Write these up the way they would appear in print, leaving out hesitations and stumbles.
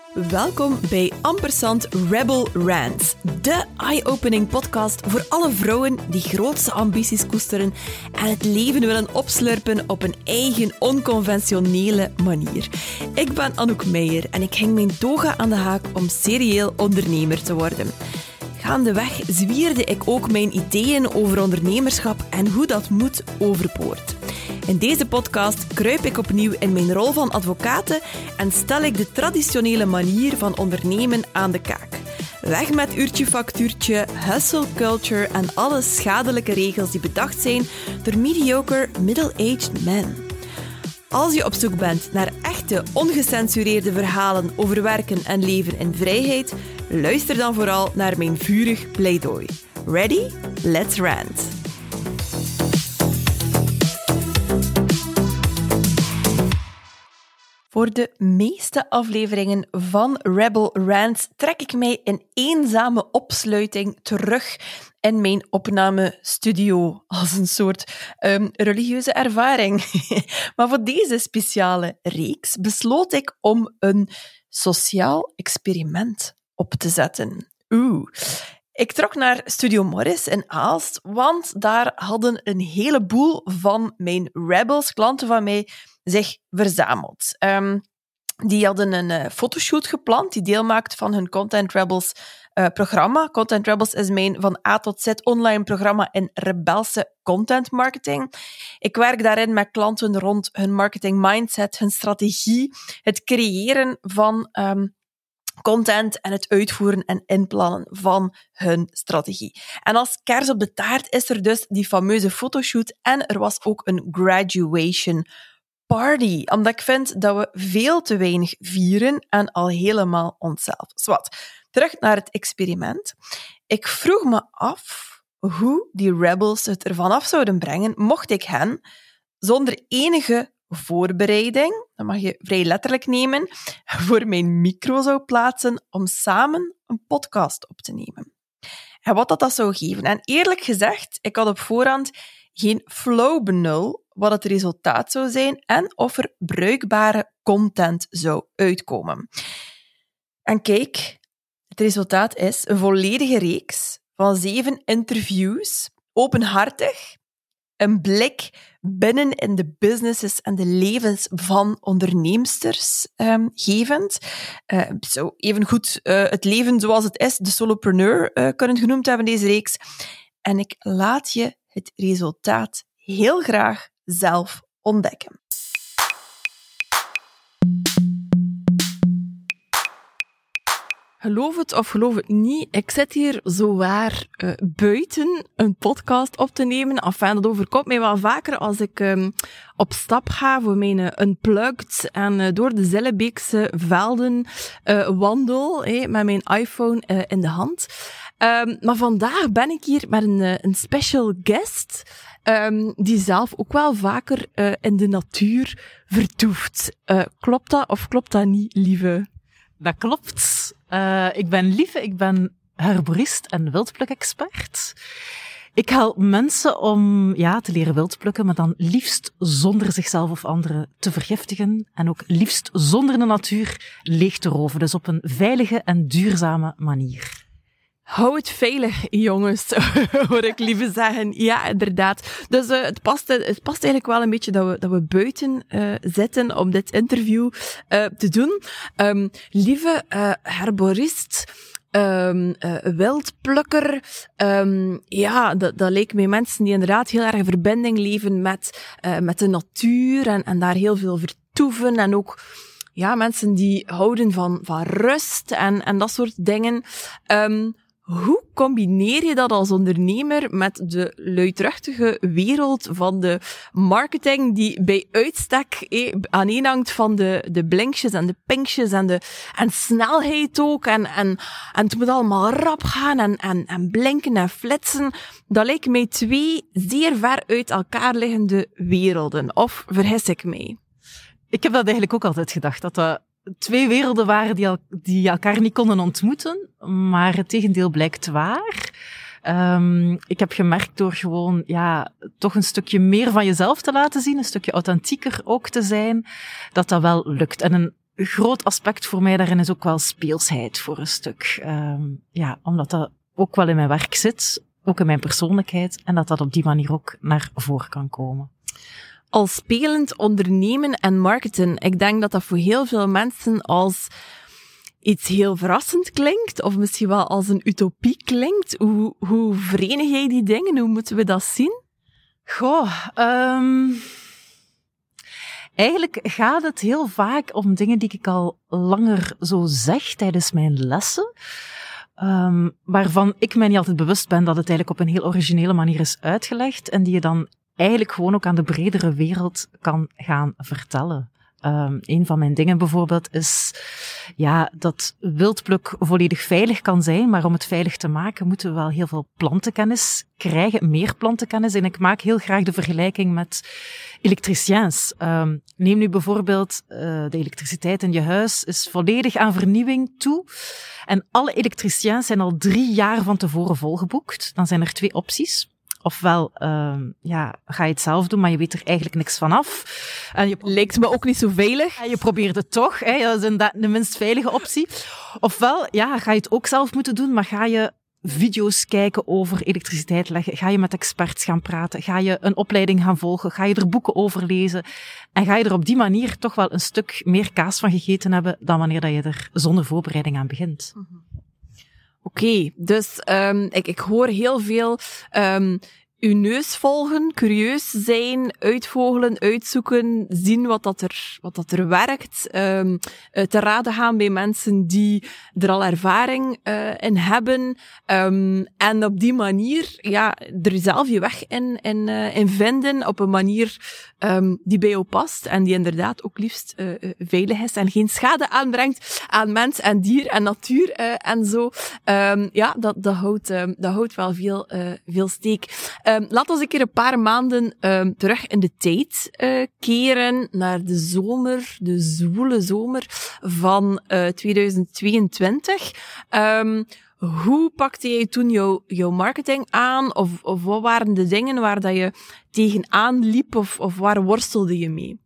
Welkom bij Ampersand Rebel Rants, de eye-opening podcast voor alle vrouwen die grootste ambities koesteren en het leven willen opslurpen op een eigen onconventionele manier. Ik ben Anouk Meijer en ik hing mijn toga aan de haak om serieel ondernemer te worden. Gaandeweg zwierde ik ook mijn ideeën over ondernemerschap en hoe dat moet overboord. In deze podcast kruip ik opnieuw in mijn rol van advocate en stel ik de traditionele manier van ondernemen aan de kaak. Weg met uurtje factuurtje, hustle culture en alle schadelijke regels die bedacht zijn door mediocre middle-aged men. Als je op zoek bent naar echte, ongecensureerde verhalen over werken en leven in vrijheid, luister dan vooral naar mijn vurig pleidooi. Ready? Let's rant! Voor de meeste afleveringen van Rebel Rants trek ik mij in eenzame opsluiting terug in mijn opnamestudio als een soort religieuze ervaring. Maar voor deze speciale reeks besloot ik om een sociaal experiment op te zetten. Ik trok naar Studio Morris in Aalst, want daar hadden een heleboel van mijn Rebels, klanten van mij, zich verzameld. Die hadden een fotoshoot gepland die deel maakt van hun Content Rebels programma. Content Rebels is mijn van A tot Z online programma in rebelse content marketing. Ik werk daarin met klanten rond hun marketing mindset, hun strategie, het creëren van content en het uitvoeren en inplannen van hun strategie. En als kers op de taart is er dus die fameuze fotoshoot en er was ook een graduation party, omdat ik vind dat we veel te weinig vieren en al helemaal onszelf. Zwat, terug naar het experiment. Ik vroeg me af hoe die rebels het ervan af zouden brengen mocht ik hen, zonder enige voorbereiding, dat mag je vrij letterlijk nemen, voor mijn micro zou plaatsen om samen een podcast op te nemen. En wat dat zou geven. En eerlijk gezegd, ik had op voorhand geen flow benul wat het resultaat zou zijn en of er bruikbare content zou uitkomen. En kijk, het resultaat is een volledige reeks van 7 interviews, openhartig, een blik binnen in de businesses en de levens van onderneemsters gevend. Zo evengoed het leven zoals het is, de solopreneur kunnen genoemd hebben, deze reeks. En ik laat je het resultaat heel graag zelf ontdekken. Geloof het of geloof het niet, ik zit hier zowaar buiten een podcast op te nemen. Enfin, dat overkomt mij wel vaker als ik op stap ga voor mijn Unplugged en door de Zellebeekse velden wandel met mijn iPhone in de hand. Maar vandaag ben ik hier met een special guest die zelf ook wel vaker in de natuur vertoeft. Klopt dat of klopt dat niet, lieve? Dat klopt. Ik ben Lieve, ik ben herborist en wildpluk-expert. Ik help mensen om te leren wildplukken, maar dan liefst zonder zichzelf of anderen te vergiftigen en ook liefst zonder de natuur leeg te roven. Dus op een veilige en duurzame manier. Hou het veilig, jongens, hoor ik Lieve zeggen. Ja, inderdaad. Dus het past eigenlijk wel een beetje dat we buiten zitten om dit interview te doen. Lieve, herborist, wildplukker, dat lijkt mij mensen die inderdaad heel erg in verbinding leven met de natuur en daar heel veel vertoeven en ook mensen die houden van rust en dat soort dingen. Hoe combineer je dat als ondernemer met de luidruchtige wereld van de marketing die bij uitstek aaneenhangt van de blinkjes en de pinkjes en snelheid ook en het moet allemaal rap gaan en blinken en flitsen. Dat lijken mij 2 zeer ver uit elkaar liggende werelden. Of vergis ik mij? Ik heb dat eigenlijk ook altijd gedacht, dat 2 werelden waren die elkaar niet konden ontmoeten, maar het tegendeel blijkt waar. Ik heb gemerkt door gewoon, toch een stukje meer van jezelf te laten zien, een stukje authentieker ook te zijn, dat wel lukt. En een groot aspect voor mij daarin is ook wel speelsheid voor een stuk. Omdat dat ook wel in mijn werk zit, ook in mijn persoonlijkheid, en dat op die manier ook naar voren kan komen. Als spelend ondernemen en marketen, ik denk dat voor heel veel mensen als iets heel verrassend klinkt, of misschien wel als een utopie klinkt. Hoe verenig jij die dingen? Hoe moeten we dat zien? Eigenlijk gaat het heel vaak om dingen die ik al langer zo zeg tijdens mijn lessen, waarvan ik mij niet altijd bewust ben dat het eigenlijk op een heel originele manier is uitgelegd en die je dan eigenlijk gewoon ook aan de bredere wereld kan gaan vertellen. Een van mijn dingen bijvoorbeeld is dat wildpluk volledig veilig kan zijn, maar om het veilig te maken moeten we wel heel veel plantenkennis krijgen, meer plantenkennis. En ik maak heel graag de vergelijking met elektriciens. Neem nu bijvoorbeeld de elektriciteit in je huis is volledig aan vernieuwing toe. En alle elektriciens zijn al 3 jaar van tevoren volgeboekt. Dan zijn er 2 opties. Ofwel, ga je het zelf doen, maar je weet er eigenlijk niks van af. Lijkt me ook niet zo veilig. En je probeert het toch, hè? Dat is inderdaad de minst veilige optie. Ofwel, ga je het ook zelf moeten doen, maar ga je video's kijken over elektriciteit leggen, ga je met experts gaan praten, ga je een opleiding gaan volgen, ga je er boeken over lezen en ga je er op die manier toch wel een stuk meer kaas van gegeten hebben dan wanneer dat je er zonder voorbereiding aan begint. Oké, dus ik hoor heel veel uw neus volgen, curieus zijn, uitvogelen, uitzoeken, zien wat dat er werkt, te raden gaan bij mensen die er al ervaring in hebben, en op die manier er zelf je weg in vinden op een manier die bij jou past en die inderdaad ook liefst veilig is en geen schade aanbrengt aan mens en dier en natuur en zo. Dat houdt wel veel steek. Laat ons een keer een paar maanden terug in de tijd keren naar de zomer, de zwoele zomer van 2022. Hoe pakte jij toen jouw marketing aan? Of wat waren de dingen waar dat je tegenaan liep? Of waar worstelde je mee?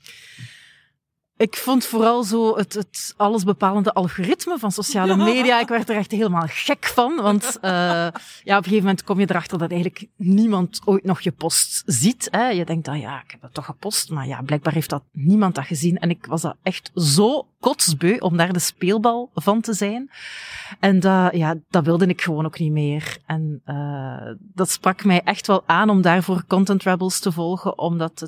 Ik vond vooral zo het allesbepalende algoritme van sociale media. Ik werd er echt helemaal gek van. Want op een gegeven moment kom je erachter dat eigenlijk niemand ooit nog je post ziet. Hè. Je denkt dan, ik heb dat toch gepost. Maar blijkbaar heeft dat niemand dat gezien. En ik was dat echt zo kotsbeu om daar de speelbal van te zijn. En dat wilde ik gewoon ook niet meer. En dat sprak mij echt wel aan om daarvoor Content Rebels te volgen. Omdat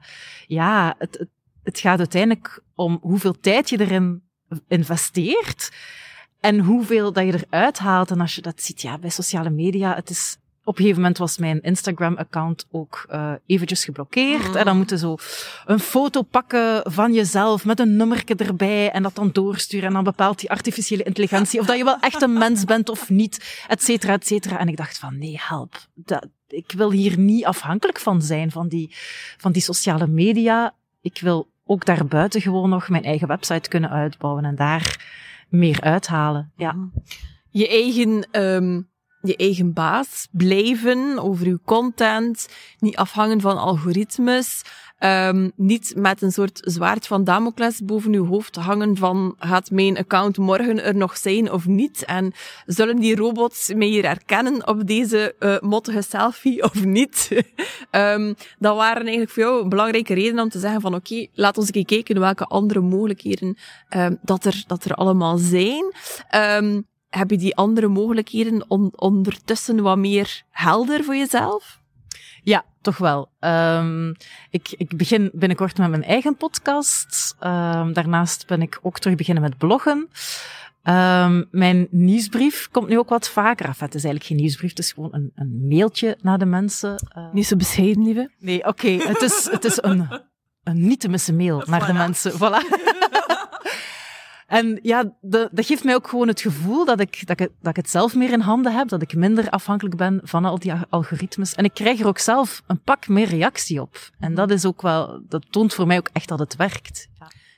het gaat uiteindelijk om hoeveel tijd je erin investeert en hoeveel dat je eruit haalt. En als je dat ziet, bij sociale media, het is... Op een gegeven moment was mijn Instagram-account ook eventjes geblokkeerd. En dan moeten zo een foto pakken van jezelf met een nummerke erbij en dat dan doorsturen. En dan bepaalt die artificiële intelligentie of dat je wel echt een mens bent of niet, et cetera, et cetera. En ik dacht van, nee, help. Ik wil hier niet afhankelijk van zijn, van die sociale media. Ik wil ook daarbuiten gewoon nog mijn eigen website kunnen uitbouwen en daar meer uithalen. Ja. Je eigen baas blijven over uw content, niet afhangen van algoritmes, niet met een soort zwaard van Damocles boven uw hoofd hangen van gaat mijn account morgen er nog zijn of niet en zullen die robots mij hier herkennen op deze mottige selfie of niet. Dat waren eigenlijk voor jou een belangrijke redenen om te zeggen van oké, laat ons eens kijken welke andere mogelijkheden dat er allemaal zijn. Heb je die andere mogelijkheden ondertussen wat meer helder voor jezelf? Ja, toch wel. Ik begin binnenkort met mijn eigen podcast. Daarnaast ben ik ook terug beginnen met bloggen. Mijn nieuwsbrief komt nu ook wat vaker af. Het is eigenlijk geen nieuwsbrief, het is gewoon een mailtje naar de mensen. Niet zo bescheiden, lieve. Nee, oké. Het is een niet te missen mail naar de mensen. Voilà. En dat geeft mij ook gewoon het gevoel dat ik het zelf meer in handen heb, dat ik minder afhankelijk ben van al die algoritmes. En ik krijg er ook zelf een pak meer reactie op. En dat is ook wel, dat toont voor mij ook echt dat het werkt.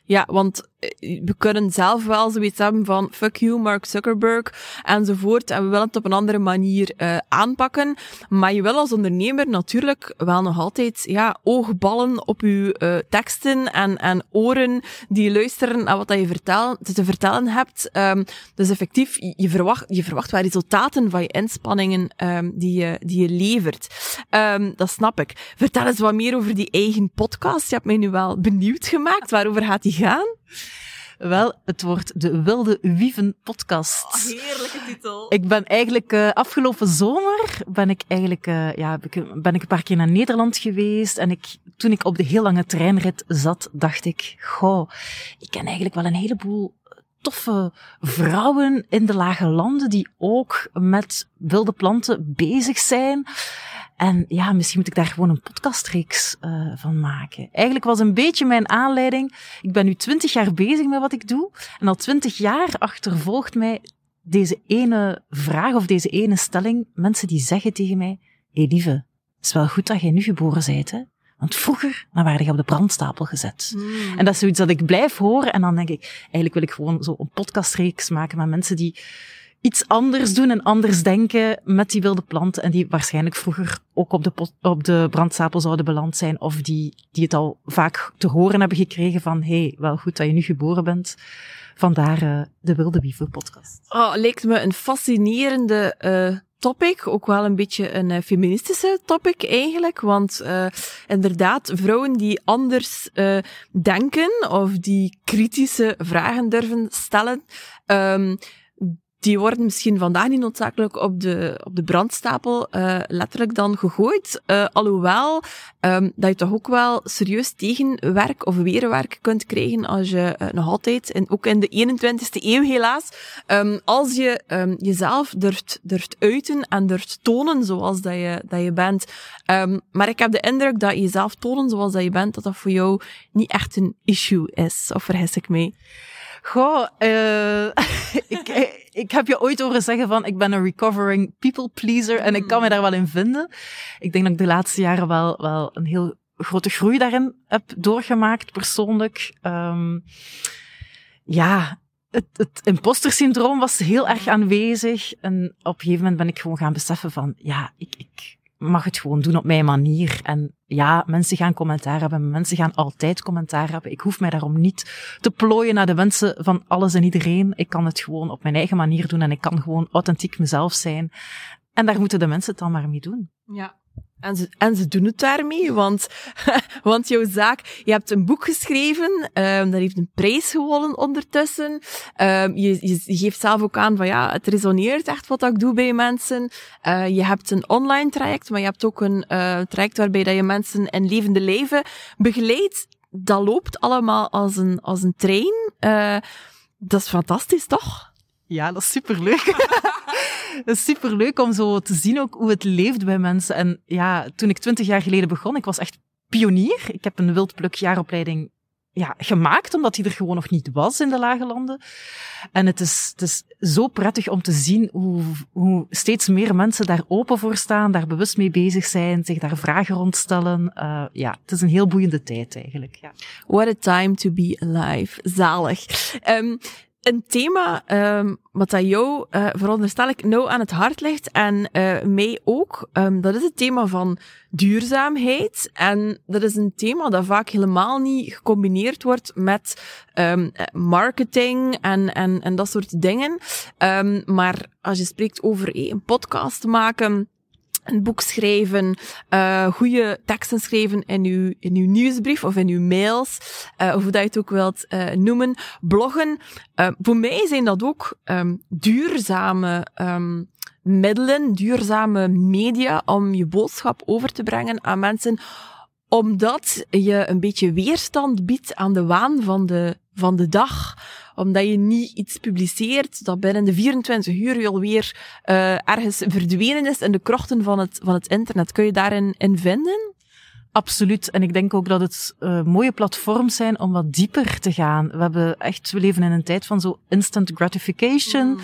Ja, want we kunnen zelf wel zoiets hebben van fuck you, Mark Zuckerberg, enzovoort. En we willen het op een andere manier aanpakken. Maar je wil als ondernemer natuurlijk wel nog altijd oogballen op je teksten en oren die luisteren naar wat je te vertellen hebt. Dus effectief, je verwacht wel resultaten van je inspanningen die je levert. Dat snap ik. Vertel eens wat meer over die eigen podcast. Je hebt mij nu wel benieuwd gemaakt. Waarover gaat die gaan? Wel, het wordt de Wilde Wieven podcast. Oh, heerlijke titel. Ik ben eigenlijk afgelopen zomer ben ik een paar keer naar Nederland geweest en toen ik op de heel lange treinrit zat, dacht ik, ik ken eigenlijk wel een heleboel toffe vrouwen in de lage landen die ook met wilde planten bezig zijn. En ja, misschien moet ik daar gewoon een podcastreeks van maken. Eigenlijk was een beetje mijn aanleiding. Ik ben nu 20 jaar bezig met wat ik doe. En al 20 jaar achtervolgt mij deze ene vraag of deze ene stelling. Mensen die zeggen tegen mij, hé lieve, het is wel goed dat jij nu geboren bent, hè? Want vroeger, dan werd je op de brandstapel gezet. En dat is zoiets dat ik blijf horen. En dan denk ik, eigenlijk wil ik gewoon zo een podcastreeks maken met mensen die iets anders doen en anders denken met die wilde planten en die waarschijnlijk vroeger ook op de brandstapel zouden beland zijn of die het al vaak te horen hebben gekregen van wel goed dat je nu geboren bent. Vandaar de Wilde Wieven podcast. Lijkt me een fascinerende topic, ook wel een beetje een feministische topic eigenlijk, want inderdaad, vrouwen die anders denken of die kritische vragen durven stellen, die worden misschien vandaag niet noodzakelijk op de brandstapel letterlijk dan gegooid. Alhoewel dat je toch ook wel serieus tegenwerk of weerwerk kunt krijgen als je nog altijd, ook in de 21ste eeuw helaas, als je jezelf durft uiten en durft tonen zoals dat je bent. Maar ik heb de indruk dat jezelf tonen zoals dat je bent, dat voor jou niet echt een issue is. Of vergis ik mee? Ik heb je ooit horen zeggen van, ik ben een recovering people pleaser en ik kan me daar wel in vinden. Ik denk dat ik de laatste jaren wel een heel grote groei daarin heb doorgemaakt, persoonlijk. Het impostersyndroom was heel erg aanwezig en op een gegeven moment ben ik gewoon gaan beseffen van, ik mag het gewoon doen op mijn manier. En ja, mensen gaan commentaar hebben. Mensen gaan altijd commentaar hebben. Ik hoef mij daarom niet te plooien naar de wensen van alles en iedereen. Ik kan het gewoon op mijn eigen manier doen en ik kan gewoon authentiek mezelf zijn. En daar moeten de mensen het dan maar mee doen. Ja. En ze doen het daarmee, want jouw zaak, je hebt een boek geschreven, dat heeft een prijs gewonnen ondertussen. Je geeft zelf ook aan van het resoneert echt wat ik doe bij mensen. Je hebt een online traject, maar je hebt ook een traject waarbij dat je mensen in levende lijven begeleidt. Dat loopt allemaal als een trein. Dat is fantastisch, toch? Ja, dat is superleuk. Het is superleuk om zo te zien ook hoe het leeft bij mensen. En ja, toen ik 20 jaar geleden begon, ik was echt pionier. Ik heb een wildplukjaaropleiding gemaakt, omdat die er gewoon nog niet was in de lage landen. En het is zo prettig om te zien hoe steeds meer mensen daar open voor staan, daar bewust mee bezig zijn, zich daar vragen rond stellen. Het is een heel boeiende tijd eigenlijk. Ja. What a time to be alive. Zalig. Een thema wat dat jou, veronderstel ik, nou aan het hart ligt en mij ook, dat is het thema van duurzaamheid. En dat is een thema dat vaak helemaal niet gecombineerd wordt met marketing en dat soort dingen. Maar als je spreekt over een podcast maken, een boek schrijven, goede teksten schrijven in uw nieuwsbrief of in uw mails, of hoe dat je het ook wilt noemen, bloggen. Voor mij zijn dat ook duurzame middelen, duurzame media om je boodschap over te brengen aan mensen, omdat je een beetje weerstand biedt aan de waan van de dag. Omdat je niet iets publiceert dat binnen de 24 uur alweer ergens verdwenen is in de krochten van het internet. Kun je daarin vinden? Absoluut. En ik denk ook dat het mooie platforms zijn om wat dieper te gaan. We leven in een tijd van zo instant gratification.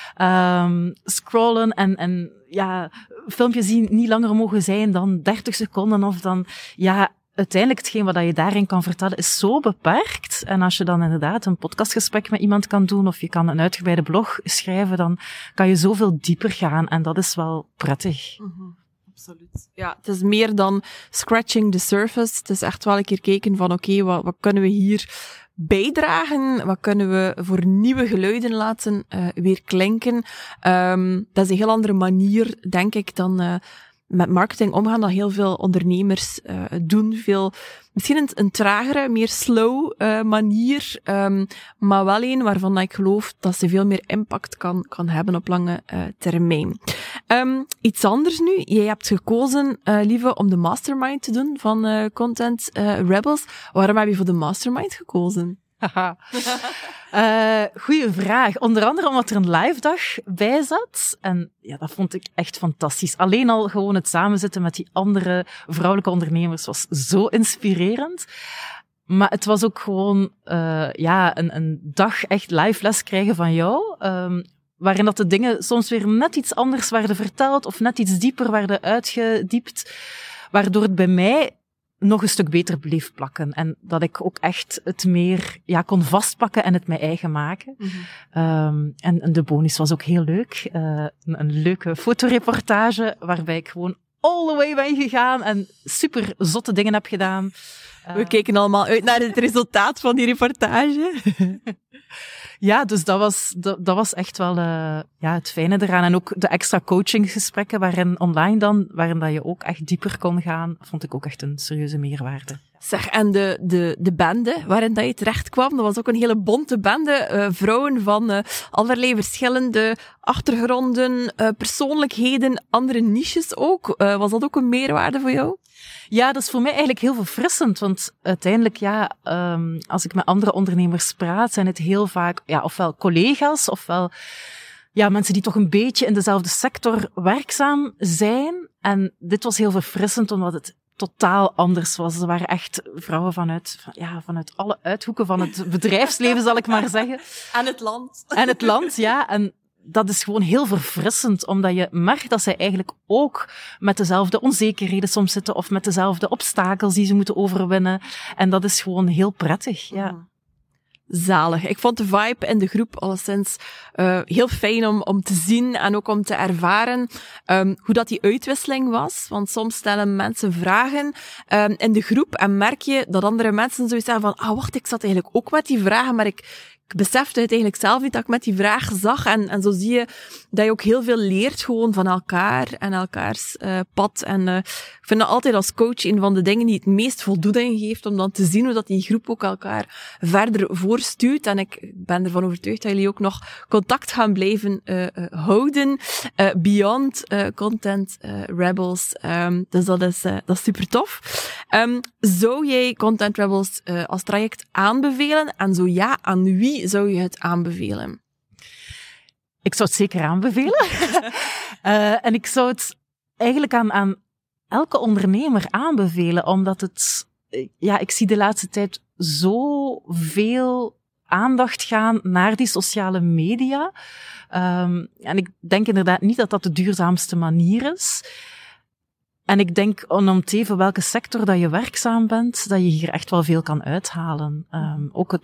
Scrollen en filmpjes die niet langer mogen zijn dan 30 seconden of dan, uiteindelijk hetgeen wat je daarin kan vertellen is zo beperkt. En als je dan inderdaad een podcastgesprek met iemand kan doen of je kan een uitgebreide blog schrijven, dan kan je zoveel dieper gaan en dat is wel prettig. Mm-hmm. Absoluut. Ja, het is meer dan scratching the surface. Het is echt wel een keer kijken van oké, wat kunnen we hier bijdragen? Wat kunnen we voor nieuwe geluiden laten weer klinken? Dat is een heel andere manier, denk ik, dan met marketing omgaan dat heel veel ondernemers doen. Misschien een tragere, meer slow manier, maar wel een waarvan ik geloof dat ze veel meer impact kan hebben op lange termijn. Iets anders nu. Jij hebt gekozen, Lieve, om de mastermind te doen van Content Rebels. Waarom heb je voor de mastermind gekozen? Goeie vraag. Onder andere omdat er een live dag bij zat. En ja, dat vond ik echt fantastisch. Alleen al gewoon het samenzitten met die andere vrouwelijke ondernemers was zo inspirerend. Maar het was ook gewoon een dag echt live les krijgen van jou. Waarin dat de dingen soms weer net iets anders werden verteld of net iets dieper werden uitgediept. Waardoor het bij mij nog een stuk beter bleef plakken. En dat ik ook echt het meer kon vastpakken en het mij eigen maken. Mm-hmm. En de bonus was ook heel leuk. Een leuke fotoreportage waarbij ik gewoon all the way ben gegaan en super zotte dingen heb gedaan. We keken allemaal uit naar het resultaat van die reportage. Ja, dus dat was echt wel het fijne eraan. En ook de extra coachinggesprekken waarin dat je ook echt dieper kon gaan, vond ik ook echt een serieuze meerwaarde. Zeg, en de bende waarin dat je terecht kwam, dat was ook een hele bonte bende. Vrouwen van allerlei verschillende achtergronden, persoonlijkheden, andere niches ook. Was dat ook een meerwaarde voor jou? Ja, dat is voor mij eigenlijk heel verfrissend, want uiteindelijk, als ik met andere ondernemers praat, zijn het heel vaak, ofwel collega's, ofwel, mensen die toch een beetje in dezelfde sector werkzaam zijn. En dit was heel verfrissend, omdat het totaal anders was. Ze waren echt vrouwen vanuit alle uithoeken van het bedrijfsleven, zal ik maar zeggen. En het land. En het land, ja. En dat is gewoon heel verfrissend, omdat je merkt dat zij eigenlijk ook met dezelfde onzekerheden soms zitten of met dezelfde obstakels die ze moeten overwinnen. En dat is gewoon heel prettig, ja. Zalig. Ik vond de vibe in de groep alleszins heel fijn om te zien en ook om te ervaren hoe dat die uitwisseling was. Want soms stellen mensen vragen in de groep en merk je dat andere mensen zoiets zeggen van wacht, ik zat eigenlijk ook met die vragen, maar ik besefte het eigenlijk zelf niet dat ik met die vraag zag. En zo zie je dat je ook heel veel leert gewoon van elkaar en elkaars pad. En ik vind dat altijd als coach een van de dingen die het meest voldoening geeft, om dan te zien hoe dat die groep ook elkaar verder voorstuwt. En ik ben ervan overtuigd dat jullie ook nog contact gaan blijven houden beyond Content Rebels. Dus dat is super tof. Zou jij Content Rebels als traject aanbevelen? En zo ja, aan wie zou je het aanbevelen? Ik zou het zeker aanbevelen. En ik zou het eigenlijk aan elke ondernemer aanbevelen, omdat het, ik zie de laatste tijd zoveel aandacht gaan naar die sociale media. En ik denk inderdaad niet dat dat de duurzaamste manier is. En ik denk, om te even welke sector dat je werkzaam bent, dat je hier echt wel veel kan uithalen. Ook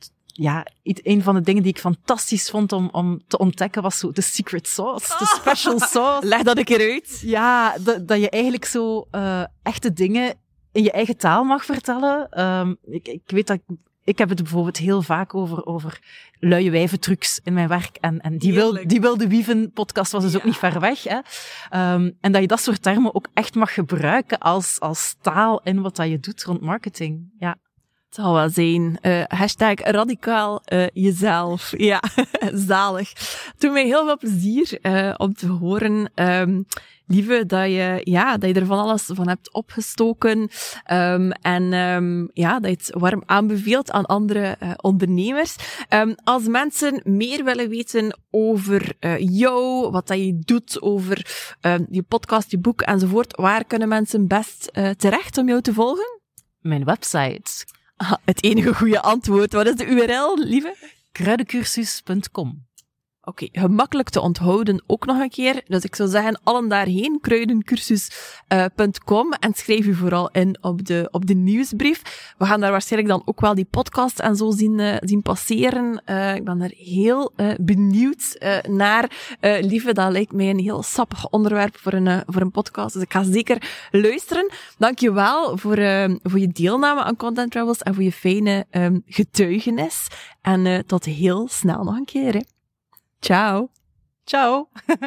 een van de dingen die ik fantastisch vond om te ontdekken was zo de secret sauce, de special sauce. Leg dat een keer uit. Ja, dat je eigenlijk zo echte dingen in je eigen taal mag vertellen. Ik weet dat ik heb het bijvoorbeeld heel vaak over luie wijventrucs in mijn werk. En die Wilde Wieven podcast was dus ook niet ver weg. Hè. En dat je dat soort termen ook echt mag gebruiken als taal in wat dat je doet rond marketing. Ja. Het zal wel zijn. #radicaal jezelf. Ja, zalig. Het doet mij heel veel plezier om te horen, Lieve, dat je er van alles van hebt opgestoken. En dat je het warm aanbeveelt aan andere ondernemers. Als mensen meer willen weten over jou, wat dat je doet, over je podcast, je boek enzovoort, waar kunnen mensen best terecht om jou te volgen? Mijn website. Het enige goede antwoord. Wat is de URL, Lieve? Kruidencursus.com. Oké, gemakkelijk te onthouden ook nog een keer. Dus ik zou zeggen, allen daarheen, kruidencursus.com en schrijf u vooral in op de nieuwsbrief. We gaan daar waarschijnlijk dan ook wel die podcast en zo zien passeren. Ik ben daar heel benieuwd naar. Lieve, dat lijkt mij een heel sappig onderwerp voor een podcast. Dus ik ga zeker luisteren. Dank je wel voor je deelname aan Content Rebels en voor je fijne getuigenis. En tot heel snel nog een keer. Hè. Ciao. Ciao.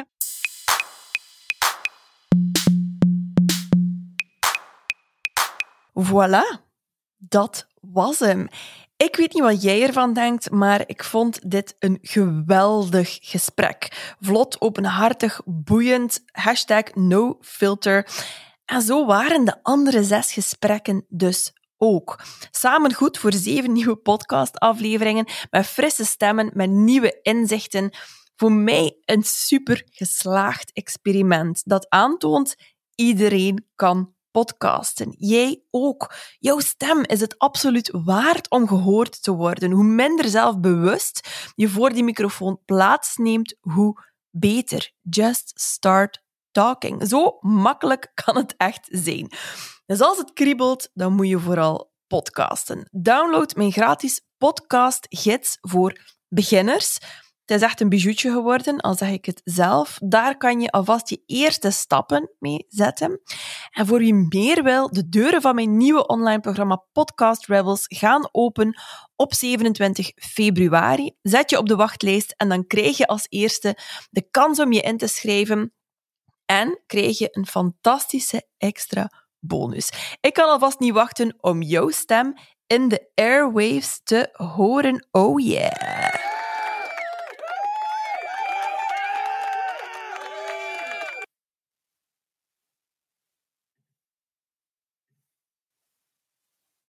Voilà, dat was hem. Ik weet niet wat jij ervan denkt, maar ik vond dit een geweldig gesprek. Vlot, openhartig, boeiend, #NoFilter. En zo waren de andere 6 gesprekken dus ook. Samen goed voor 7 nieuwe podcastafleveringen met frisse stemmen, met nieuwe inzichten. Voor mij een super geslaagd experiment dat aantoont: iedereen kan podcasten. Jij ook. Jouw stem is het absoluut waard om gehoord te worden. Hoe minder zelfbewust je voor die microfoon plaatsneemt, hoe beter. Just start talking. Zo makkelijk kan het echt zijn. Dus als het kriebelt, dan moet je vooral podcasten. Download mijn gratis podcastgids voor beginners. Het is echt een bijoutje geworden, al zeg ik het zelf. Daar kan je alvast je eerste stappen mee zetten. En voor wie meer wil, de deuren van mijn nieuwe online programma Podcast Rebels gaan open op 27 februari. Zet je op de wachtlijst en dan krijg je als eerste de kans om je in te schrijven. En krijg je een fantastische extra bonus. Ik kan alvast niet wachten om jouw stem in de airwaves te horen. Oh yeah!